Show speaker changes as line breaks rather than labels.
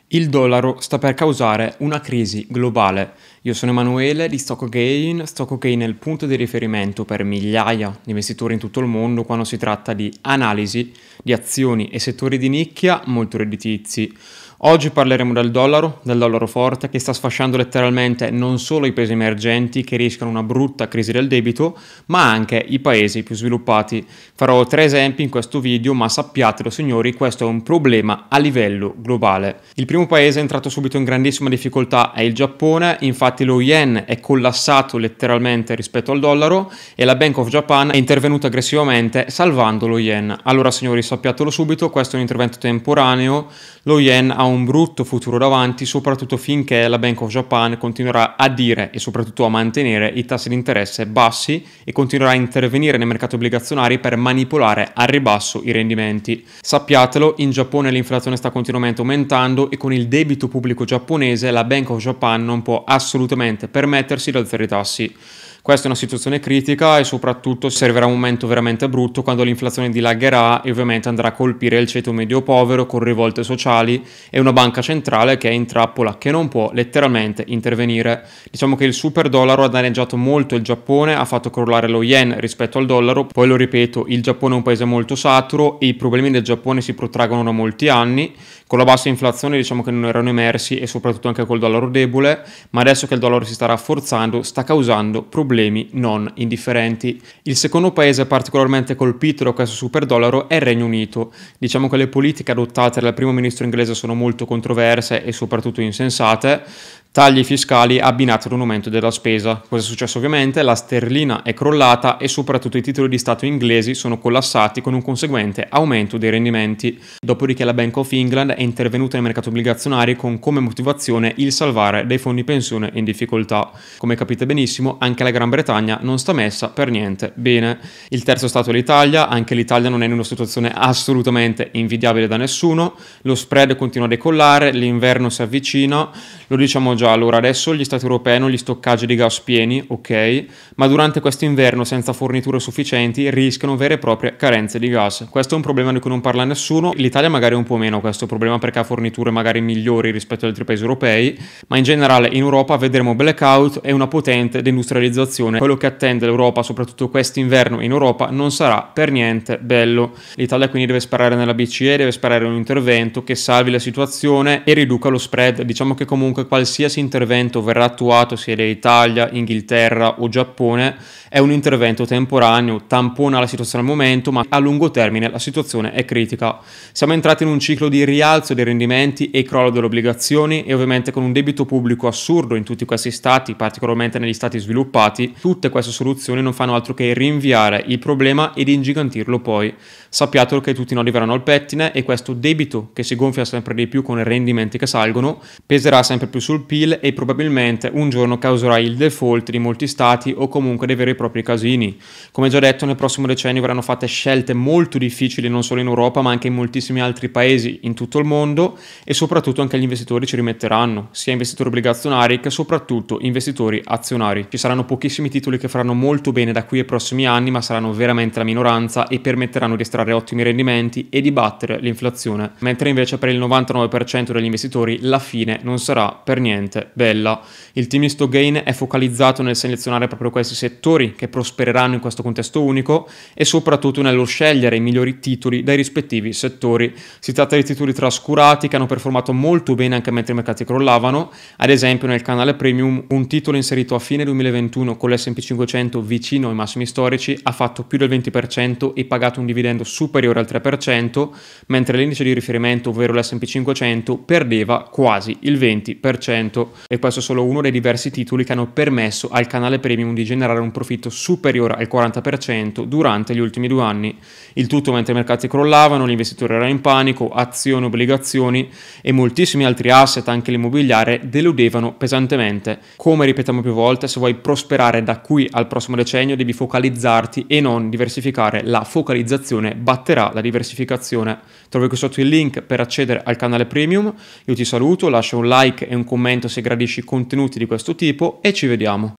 Il dollaro sta per causare una crisi globale. Io sono Emanuele di StockGain. StockGain è il punto di riferimento per migliaia di investitori in tutto il mondo quando si tratta di analisi di azioni e settori di nicchia molto redditizi. Oggi parleremo del dollaro forte che sta sfasciando letteralmente non solo i paesi emergenti che rischiano una brutta crisi del debito, ma anche i paesi più sviluppati. Farò 3 esempi in questo video, ma sappiatelo signori, questo è un problema a livello globale. Il primo paese è entrato subito in grandissima difficoltà è il Giappone, infatti lo yen è collassato letteralmente rispetto al dollaro e la Bank of Japan è intervenuta aggressivamente salvando lo yen. Allora signori, sappiatelo subito, questo è un intervento temporaneo, lo yen ha un brutto futuro davanti, soprattutto finché la Bank of Japan continuerà a dire e soprattutto a mantenere i tassi di interesse bassi e continuerà a intervenire nei mercati obbligazionari per manipolare al ribasso i rendimenti. Sappiatelo, in Giappone l'inflazione sta continuamente aumentando e con il debito pubblico giapponese la Bank of Japan non può assolutamente permettersi di alzare i tassi. Questa è una situazione critica e soprattutto servirà un momento veramente brutto quando l'inflazione dilagherà e ovviamente andrà a colpire il ceto medio povero con rivolte sociali e una banca centrale che è in trappola, che non può letteralmente intervenire. Diciamo che il super dollaro ha danneggiato molto il Giappone, ha fatto crollare lo yen rispetto al dollaro, poi lo ripeto, il Giappone è un paese molto saturo e i problemi del Giappone si protraggono da molti anni. Con la bassa inflazione diciamo che non erano emersi e soprattutto anche col dollaro debole, ma adesso che il dollaro si sta rafforzando sta causando problemi non indifferenti. Il secondo paese particolarmente colpito da questo super dollaro è il Regno Unito. Diciamo che le politiche adottate dal primo ministro inglese sono molto controverse e soprattutto insensate. Tagli fiscali abbinati ad un aumento della spesa. Cosa è successo ovviamente? La sterlina è crollata e soprattutto i titoli di Stato inglesi sono collassati con un conseguente aumento dei rendimenti. Dopodiché la Bank of England è intervenuta nei mercati obbligazionari con come motivazione il salvare dei fondi pensione in difficoltà. Come capite benissimo, anche la Gran Bretagna non sta messa per niente bene. Il terzo Stato è l'Italia, anche l'Italia non è in una situazione assolutamente invidiabile da nessuno, lo spread continua a decollare, l'inverno si avvicina, lo diciamo già, allora adesso gli stati europei hanno gli stoccaggi di gas pieni, ok, ma durante questo inverno senza forniture sufficienti rischiano vere e proprie carenze di gas. Questo è un problema di cui non parla nessuno, l'Italia magari un po' meno questo problema perché ha forniture magari migliori rispetto ad altri paesi europei, ma in generale in Europa vedremo blackout e una potente deindustrializzazione. Quello che attende l'Europa, soprattutto quest'inverno in Europa, non sarà per niente bello. L'Italia quindi deve sperare nella BCE, deve sperare in un intervento che salvi la situazione e riduca lo spread. Diciamo che comunque qualsiasi intervento verrà attuato sia da Italia, Inghilterra o Giappone è un intervento temporaneo, tampona la situazione al momento, ma a lungo termine la situazione è critica. Siamo entrati in un ciclo di rialzo dei rendimenti e crollo delle obbligazioni e ovviamente con un debito pubblico assurdo in tutti questi stati, particolarmente negli stati sviluppati. Tutte queste soluzioni non fanno altro che rinviare il problema ed ingigantirlo poi. Sappiatelo che tutti i nodi verranno al pettine e questo debito che si gonfia sempre di più con i rendimenti che salgono peserà sempre più sul PIL e probabilmente un giorno causerà il default di molti stati o comunque dei veri e propri casini. Come già detto, nel prossimo decennio verranno fatte scelte molto difficili non solo in Europa ma anche in moltissimi altri paesi in tutto il mondo e soprattutto anche gli investitori ci rimetteranno, sia investitori obbligazionari che soprattutto investitori azionari. Ci saranno pochissimi titoli che faranno molto bene da qui ai prossimi anni, ma saranno veramente la minoranza e permetteranno di estrarre ottimi rendimenti e di battere l'inflazione, mentre invece per il 99% degli investitori la fine non sarà per niente bella. Il team di StockGain è focalizzato nel selezionare proprio questi settori che prospereranno in questo contesto unico e soprattutto nello scegliere i migliori titoli dai rispettivi settori. Si tratta di titoli trascurati che hanno performato molto bene anche mentre i mercati crollavano. Ad esempio nel canale Premium un titolo inserito a fine 2021 con l'S&P 500 vicino ai massimi storici ha fatto più del 20% e pagato un dividendo superiore al 3%, mentre l'indice di riferimento, ovvero l'S&P 500, perdeva quasi il 20%. E questo è solo uno dei diversi titoli che hanno permesso al canale Premium di generare un profitto superiore al 40% durante gli ultimi 2 anni. Il tutto mentre i mercati crollavano, gli investitori erano in panico, azioni, obbligazioni e moltissimi altri asset, anche l'immobiliare, deludevano pesantemente. Come ripetiamo più volte, se vuoi prosperare da qui al prossimo decennio devi focalizzarti e non diversificare. La focalizzazione batterà la diversificazione. Trovi qui sotto il link per accedere al canale Premium. Io ti saluto, lascia un like e un commento se gradisci contenuti di questo tipo e ci vediamo.